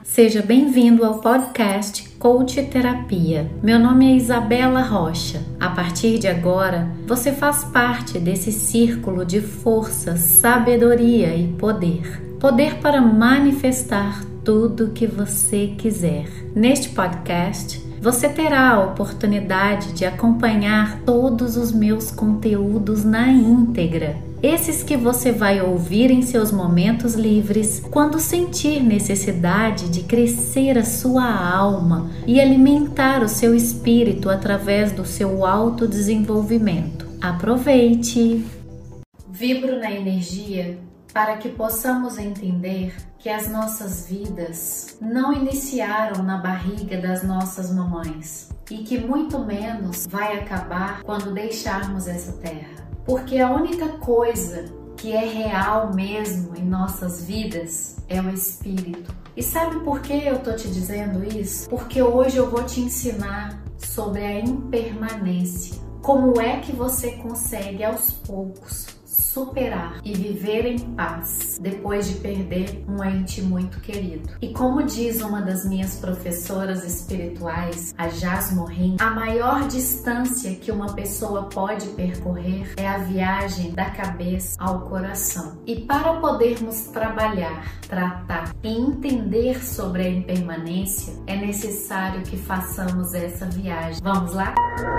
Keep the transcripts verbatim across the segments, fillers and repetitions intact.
Seja bem-vindo ao podcast Coach Terapia. Meu nome é Isabela Rocha. A partir de agora, você faz parte desse círculo de força, sabedoria e poder. Poder para manifestar tudo o que você quiser. Neste podcast, você terá a oportunidade de acompanhar todos os meus conteúdos na íntegra. Esses que você vai ouvir em seus momentos livres, quando sentir necessidade de crescer a sua alma e alimentar o seu espírito através do seu autodesenvolvimento. Aproveite! Vibro na energia para que possamos entender que as nossas vidas não iniciaram na barriga das nossas mamães e que muito menos vai acabar quando deixarmos essa terra. Porque a única coisa que é real mesmo em nossas vidas é o espírito. E sabe por que eu tô te dizendo isso? Porque hoje eu vou te ensinar sobre a impermanência. Como é que você consegue aos poucos superar e viver em paz depois de perder um ente muito querido. E como diz uma das minhas professoras espirituais, a Jas Morin, a maior distância que uma pessoa pode percorrer é a viagem da cabeça ao coração. E para podermos trabalhar, tratar e entender sobre a impermanência, é necessário que façamos essa viagem. Vamos lá?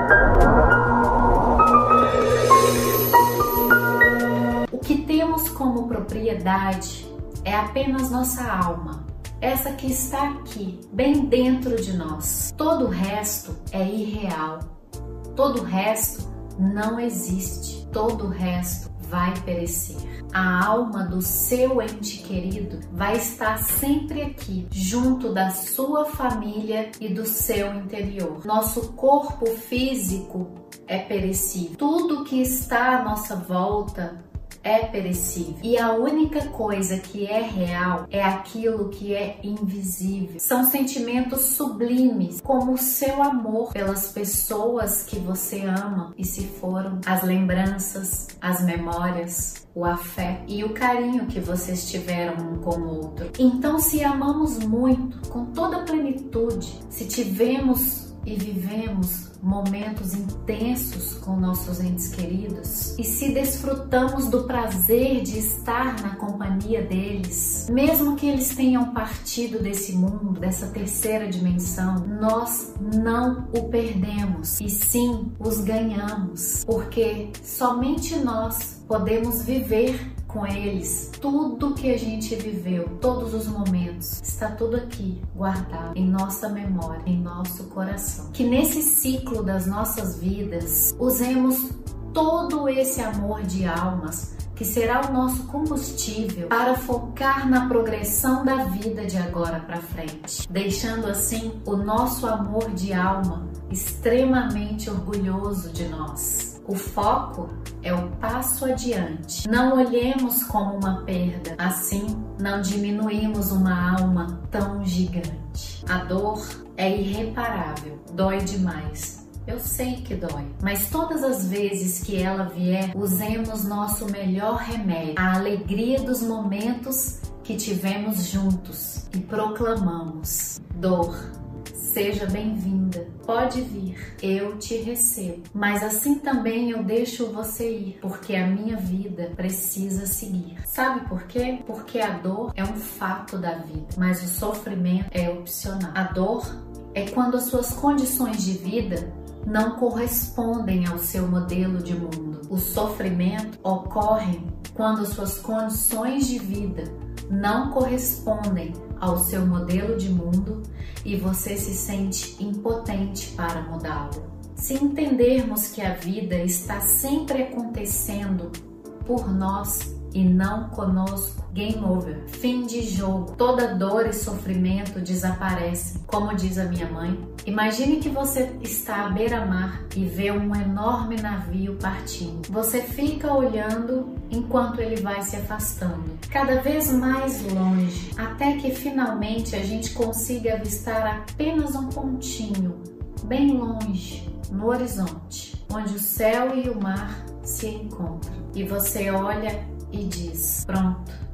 O que temos como propriedade é apenas nossa alma, essa que está aqui, bem dentro de nós. Todo o resto é irreal, todo o resto não existe, todo o resto vai perecer. A alma do seu ente querido vai estar sempre aqui, junto da sua família e do seu interior. Nosso corpo físico é perecível, tudo que está à nossa volta é perecível. E a única coisa que é real é aquilo que é invisível. São sentimentos sublimes, como o seu amor pelas pessoas que você ama e se foram, as lembranças, as memórias, o afeto e o carinho que vocês tiveram um com o outro. Então, se amamos muito, com toda a plenitude, se tivemos e vivemos momentos intensos com nossos entes queridos e se desfrutamos do prazer de estar na companhia deles, mesmo que eles tenham partido desse mundo, dessa terceira dimensão, nós não o perdemos e sim os ganhamos, porque somente nós podemos viver com eles tudo que a gente viveu, todos os momentos, está tudo aqui guardado em nossa memória, em nosso coração. Que nesse ciclo das nossas vidas usemos todo esse amor de almas que será o nosso combustível para focar na progressão da vida de agora para frente, deixando assim o nosso amor de alma extremamente orgulhoso de nós. O foco é o passo adiante. Não olhemos como uma perda, assim não diminuímos uma alma tão gigante. A dor é irreparável, dói demais. Eu sei que dói, mas todas as vezes que ela vier, usemos nosso melhor remédio, a alegria dos momentos que tivemos juntos e proclamamos: dor, seja bem-vinda, pode vir, eu te recebo. Mas assim também eu deixo você ir, porque a minha vida precisa seguir. Sabe por quê? Porque a dor é um fato da vida, mas o sofrimento é opcional. A dor é quando as suas condições de vida não correspondem ao seu modelo de mundo. O sofrimento ocorre quando as suas condições de vida não correspondem ao seu modelo de mundo e você se sente impotente para mudá-lo. Se entendermos que a vida está sempre acontecendo por nós e não conosco, game over, fim de jogo, toda dor e sofrimento desaparecem. Como diz a minha mãe, imagine que você está à beira-mar e vê um enorme navio partindo. Você fica olhando enquanto ele vai se afastando, cada vez mais longe, até que finalmente a gente consiga avistar apenas um pontinho, bem longe, no horizonte, onde o céu e o mar se encontram. E você olha e diz: pronto,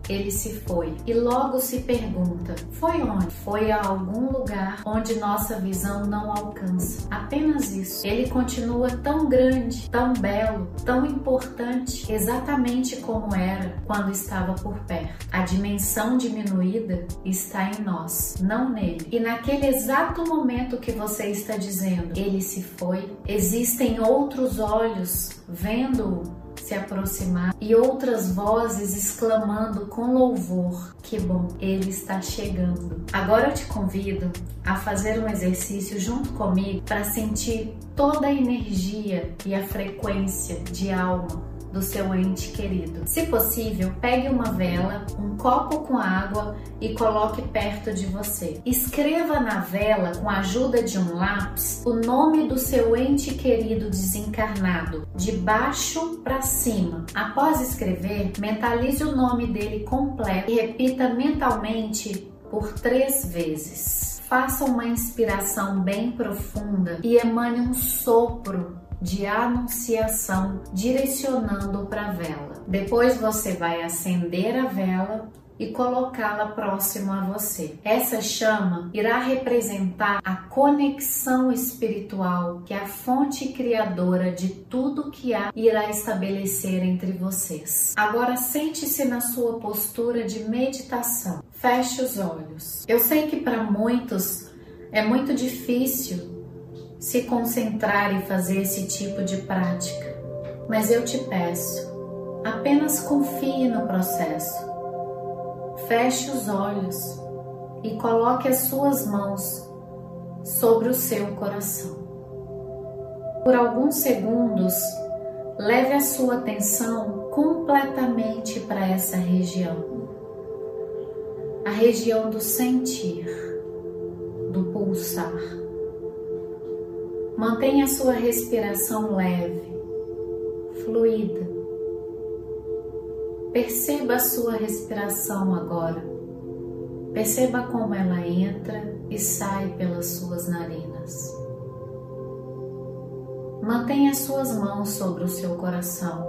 ele se foi. E logo se pergunta: foi onde? Foi a algum lugar onde nossa visão não alcança. Apenas isso. Ele continua tão grande, tão belo, tão importante, exatamente como era quando estava por perto. A dimensão diminuída está em nós, não nele. E naquele exato momento que você está dizendo, ele se foi, existem outros olhos vendo-o se aproximar e outras vozes exclamando com louvor: que bom, ele está chegando. Agora eu te convido a fazer um exercício junto comigo para sentir toda a energia e a frequência de alma do seu ente querido. Se possível, pegue uma vela, um copo com água e coloque perto de você. Escreva na vela, com a ajuda de um lápis, o nome do seu ente querido desencarnado, de baixo para cima. Após escrever, mentalize o nome dele completo e repita mentalmente por três vezes. Faça uma inspiração bem profunda e emane um sopro de anunciação direcionando para a vela. Depois você vai acender a vela e colocá-la próximo a você. Essa chama irá representar a conexão espiritual que a fonte criadora de tudo que há irá estabelecer entre vocês. Agora sente-se na sua postura de meditação. Feche os olhos. Eu sei que para muitos é muito difícil se concentrar e fazer esse tipo de prática, mas eu te peço, apenas confie no processo. Feche os olhos e coloque as suas mãos sobre o seu coração. Por alguns segundos, leve a sua atenção completamente para essa região, a região do sentir, do pulsar. Mantenha a sua respiração leve, fluida. Perceba a sua respiração agora. Perceba como ela entra e sai pelas suas narinas. Mantenha as suas mãos sobre o seu coração.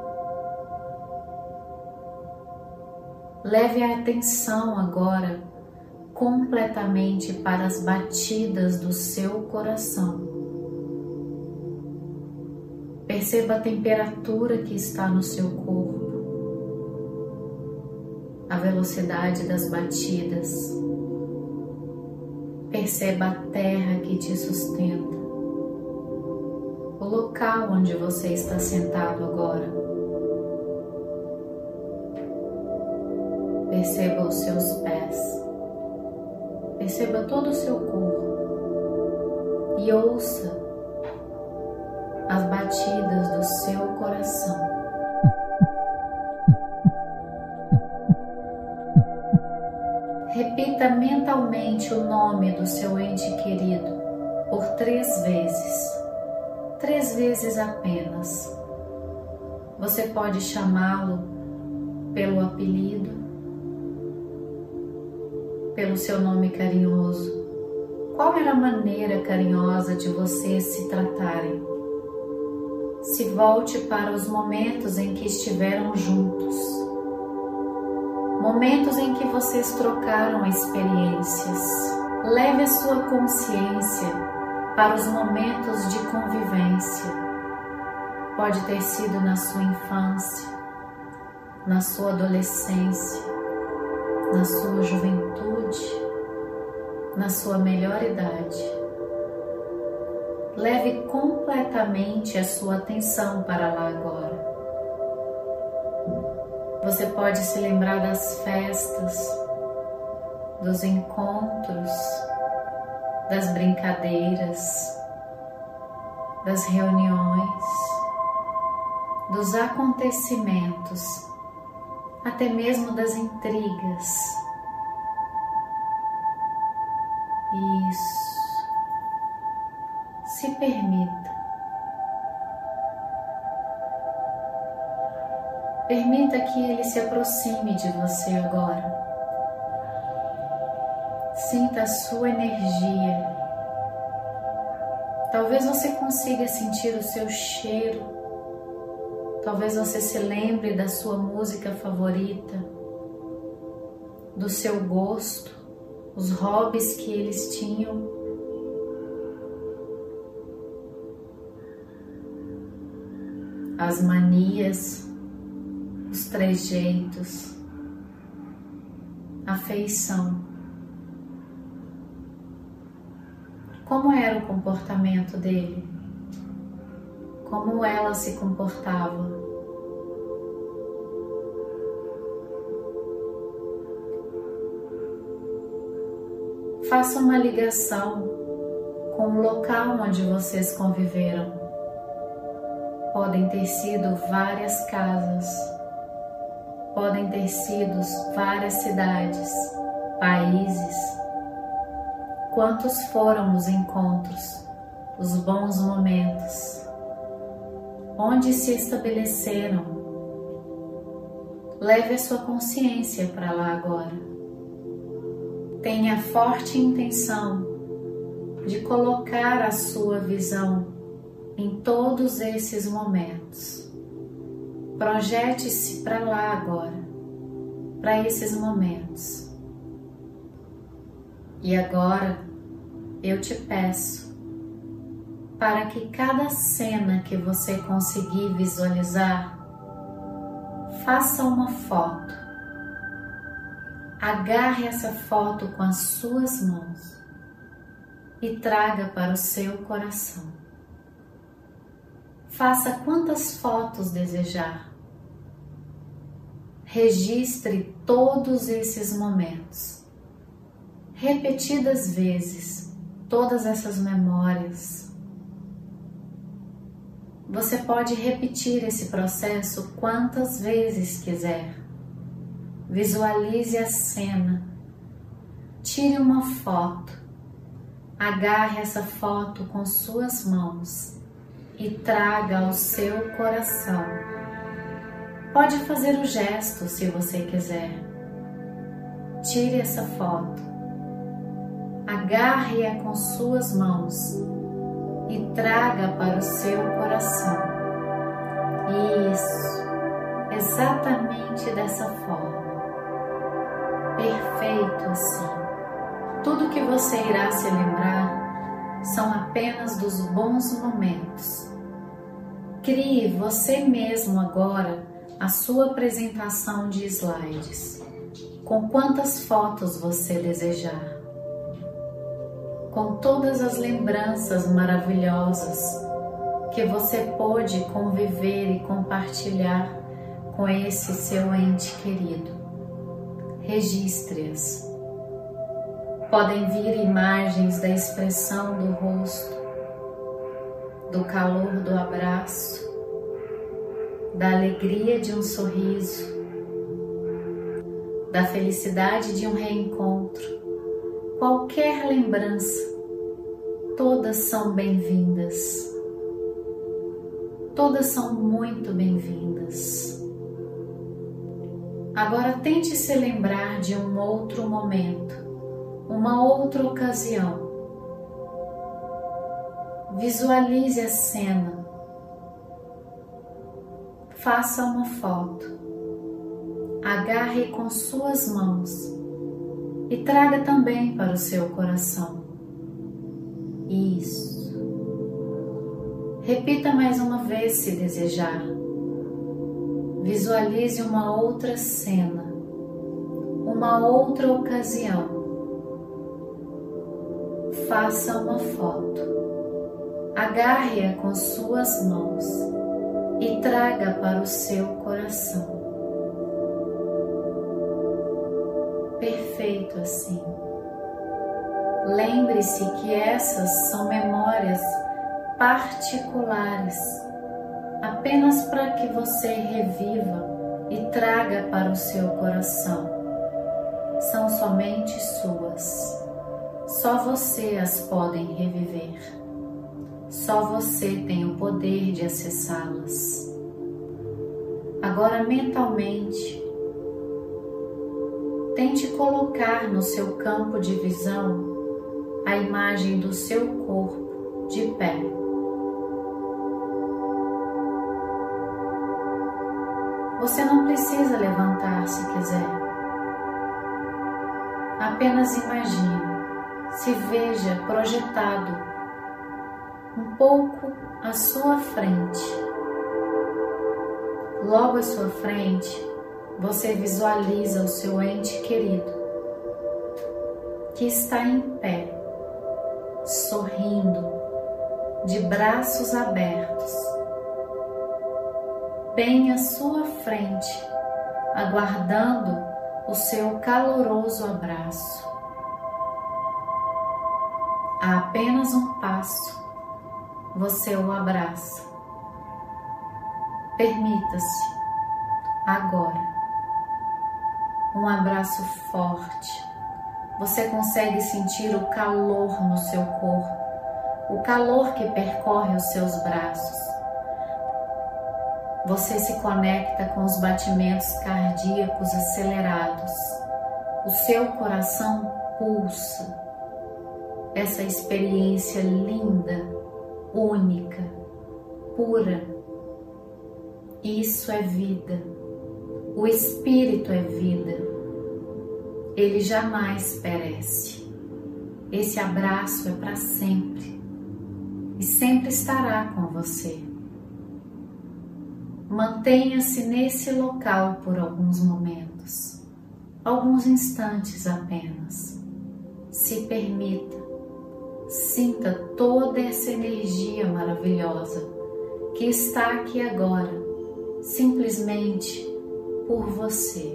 Leve a atenção agora completamente para as batidas do seu coração. Perceba a temperatura que está no seu corpo, a velocidade das batidas. Perceba a terra que te sustenta, o local onde você está sentado agora. Perceba os seus pés, perceba todo o seu corpo e ouça as batidas do seu coração. Repita mentalmente o nome do seu ente querido por três vezes, três vezes apenas. Você pode chamá-lo pelo apelido, pelo seu nome carinhoso. Qual era a maneira carinhosa de vocês se tratarem? Se volte para os momentos em que estiveram juntos, momentos em que vocês trocaram experiências. Leve a sua consciência para os momentos de convivência. Pode ter sido na sua infância, na sua adolescência, na sua juventude, na sua melhor idade. Leve completamente a sua atenção para lá agora. Você pode se lembrar das festas, dos encontros, das brincadeiras, das reuniões, dos acontecimentos, até mesmo das intrigas. Isso. Se permita. Permita que ele se aproxime de você agora. Sinta a sua energia. Talvez você consiga sentir o seu cheiro. Talvez você se lembre da sua música favorita. do seu gosto, os hobbies que eles tinham. As manias, os trejeitos, a feição. Como era o comportamento dele? Como ela se comportava? Faça uma ligação com o local onde vocês conviveram. Podem ter sido várias casas, podem ter sido várias cidades, países. Quantos foram os encontros, os bons momentos? Onde se estabeleceram? Leve a sua consciência para lá agora. Tenha forte intenção de colocar a sua visão em todos esses momentos. Projete-se para lá agora, para esses momentos. E agora eu te peço para que cada cena que você conseguir visualizar, faça uma foto. Agarre essa foto com as suas mãos e traga para o seu coração. Faça quantas fotos desejar. Registre todos esses momentos. Repetidas vezes, todas essas memórias. Você pode repetir esse processo quantas vezes quiser. Visualize a cena. Tire uma foto. Agarre essa foto com suas mãos e traga ao seu coração. Pode fazer o gesto se você quiser. Tire essa foto. Agarre-a com suas mãos e traga para o seu coração. Isso, exatamente dessa forma. Perfeito assim. Tudo que você irá se lembrar são apenas dos bons momentos. Crie você mesmo agora a sua apresentação de slides, com quantas fotos você desejar, com todas as lembranças maravilhosas que você pôde conviver e compartilhar com esse seu ente querido. Registre-as. Podem vir imagens da expressão do rosto, do calor do abraço, da alegria de um sorriso, da felicidade de um reencontro. Qualquer lembrança, todas são bem-vindas. Todas são muito bem-vindas. Agora tente se lembrar de um outro momento, uma outra ocasião. Visualize a cena. Faça uma foto. Agarre com suas mãos e traga também para o seu coração. Isso. Repita mais uma vez se desejar. Visualize uma outra cena, uma outra ocasião. Faça uma foto. Agarre-a com suas mãos e traga para o seu coração. Perfeito assim. Lembre-se que essas são memórias particulares, apenas para que você reviva e traga para o seu coração. São somente suas. Só você as podem reviver. Só você tem o poder de acessá-las. Agora, mentalmente, tente colocar no seu campo de visão a imagem do seu corpo de pé. Você não precisa levantar se quiser. Apenas imagine, se veja projetado um pouco à sua frente. Logo à sua frente, você visualiza o seu ente querido, que está em pé, sorrindo, de braços abertos, bem à sua frente, aguardando o seu caloroso abraço. A apenas um passo, você o abraça. Permita-se, agora, um abraço forte. Você consegue sentir o calor no seu corpo, o calor que percorre os seus braços. Você se conecta com os batimentos cardíacos acelerados. O seu coração pulsa. Essa experiência linda, única, pura. Isso é vida. O Espírito é vida. Ele jamais perece. Esse abraço é para sempre e sempre estará com você. Mantenha-se nesse local por alguns momentos, alguns instantes apenas. Se permita, sinta toda essa energia maravilhosa que está aqui agora, simplesmente por você.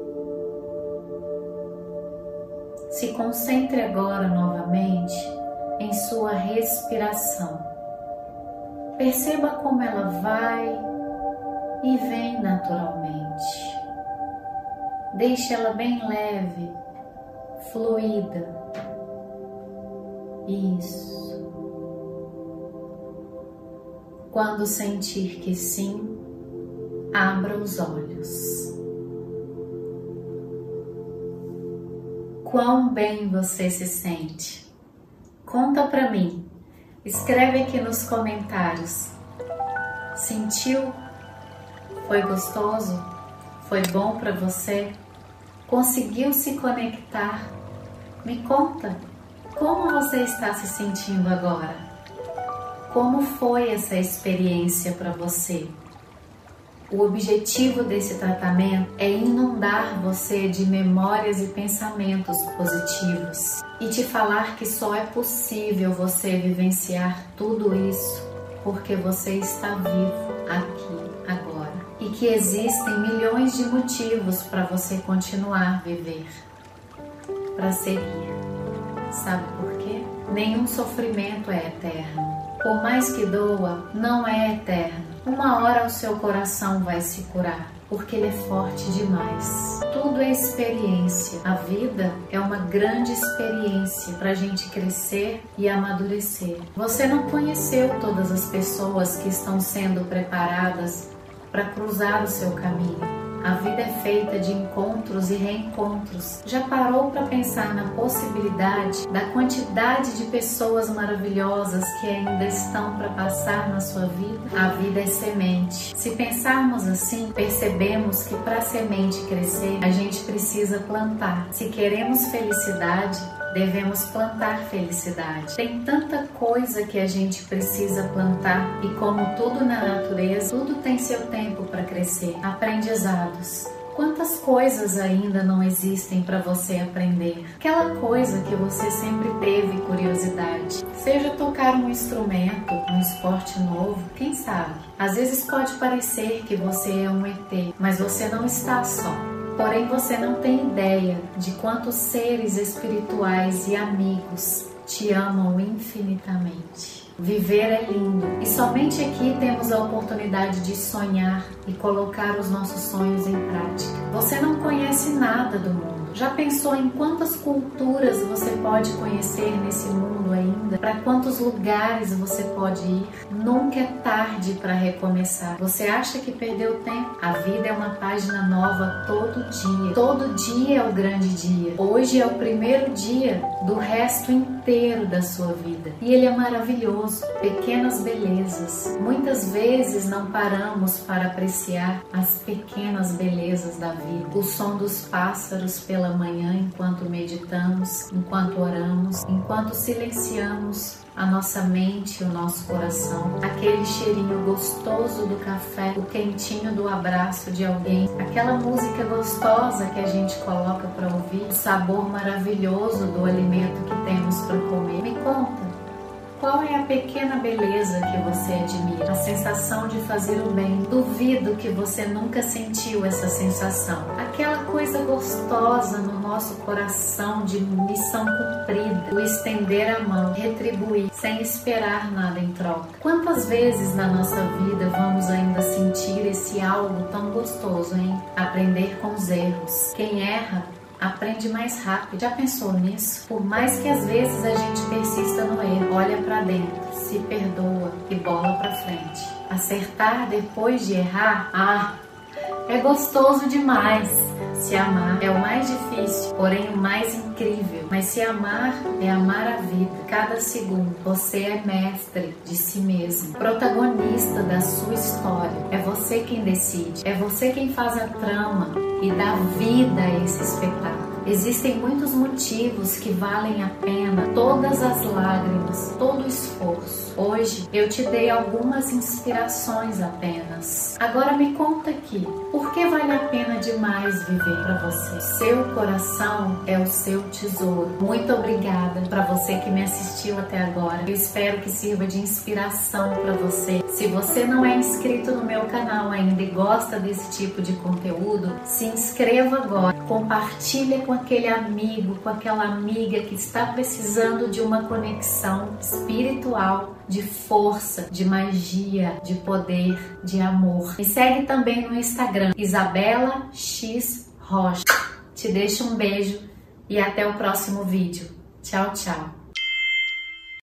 Se concentre agora novamente em sua respiração. Perceba como ela vai e vem naturalmente. Deixe ela bem leve, fluida. Isso. Quando sentir que sim, abra os olhos. Quão bem você se sente? Conta pra mim. Escreve aqui nos comentários. Sentiu? Foi gostoso? Foi bom para você? Conseguiu se conectar? Me conta, como você está se sentindo agora? Como foi essa experiência para você? O objetivo desse tratamento é inundar você de memórias e pensamentos positivos e te falar que só é possível você vivenciar tudo isso porque você está vivo aqui, agora. E que existem milhões de motivos para você continuar a viver, para seguir. Sabe por quê? Nenhum sofrimento é eterno. Por mais que doa, não é eterno. Uma hora o seu coração vai se curar, porque ele é forte demais. Tudo é experiência. A vida é uma grande experiência para a gente crescer e amadurecer. Você não conheceu todas as pessoas que estão sendo preparadas para cruzar o seu caminho. A vida é feita de encontros e reencontros. Já parou para pensar na possibilidade da quantidade de pessoas maravilhosas que ainda estão para passar na sua vida? A vida é semente. Se pensarmos assim, percebemos que para a semente crescer, a gente precisa plantar. Se queremos felicidade, devemos plantar felicidade. Tem tanta coisa que a gente precisa plantar e como tudo na natureza, tudo tem seu tempo para crescer. Aprendizados. Quantas coisas ainda não existem para você aprender? Aquela coisa que você sempre teve curiosidade. Seja tocar um instrumento, um esporte novo, quem sabe? Às vezes pode parecer que você é um E T, mas você não está só. Porém, você não tem ideia de quantos seres espirituais e amigos te amam infinitamente. Viver é lindo e somente aqui temos a oportunidade de sonhar e colocar os nossos sonhos em prática. Você não conhece nada do mundo. Já pensou em quantas culturas você pode conhecer nesse mundo ainda? Para quantos lugares você pode ir? Nunca é tarde para recomeçar. Você acha que perdeu tempo? A vida é uma página nova todo dia. Todo dia é o grande dia. Hoje é o primeiro dia do resto inteiro da sua vida. E ele é maravilhoso. Pequenas belezas. Muitas vezes não paramos para apreciar as pequenas belezas da vida. O som dos pássaros pela pela manhã enquanto meditamos, enquanto oramos, enquanto silenciamos a nossa mente e o nosso coração, aquele cheirinho gostoso do café, o quentinho do abraço de alguém, aquela música gostosa que a gente coloca para ouvir, o sabor maravilhoso do alimento que temos para comer. Me conta, qual é a pequena beleza que você admira? A sensação de fazer o bem. Duvido que você nunca sentiu essa sensação. Aquela coisa gostosa no nosso coração de missão cumprida, o estender a mão, retribuir, sem esperar nada em troca. Quantas vezes na nossa vida vamos ainda sentir esse algo tão gostoso, hein? Aprender com os erros. Quem erra aprende mais rápido. Já pensou nisso? Por mais que às vezes a gente persista no erro, olha pra dentro, se perdoa e bola pra frente. Acertar depois de errar, ah, é gostoso demais. Se amar é o mais difícil, porém o mais incrível. Mas se amar é amar a vida. Cada segundo você é mestre de si mesmo, protagonista da sua história. É você quem decide, é você quem faz a trama e dá vida a esse espetáculo. Existem muitos motivos que valem a pena todas as lágrimas, todo o esforço. Hoje eu te dei algumas inspirações apenas. Agora me conta aqui, por que vale a pena demais viver para você? Seu coração é o seu tesouro. Muito obrigada para você que me assistiu até agora. Eu espero que sirva de inspiração para você. Se você não é inscrito no meu canal ainda e gosta desse tipo de conteúdo, se inscreva agora. Compartilhe com aquele amigo, com aquela amiga que está precisando de uma conexão espiritual, de força, de magia, de poder, de amor. Me segue também no Instagram, Isabela X Rocha. Te deixo um beijo e até o próximo vídeo. Tchau, tchau.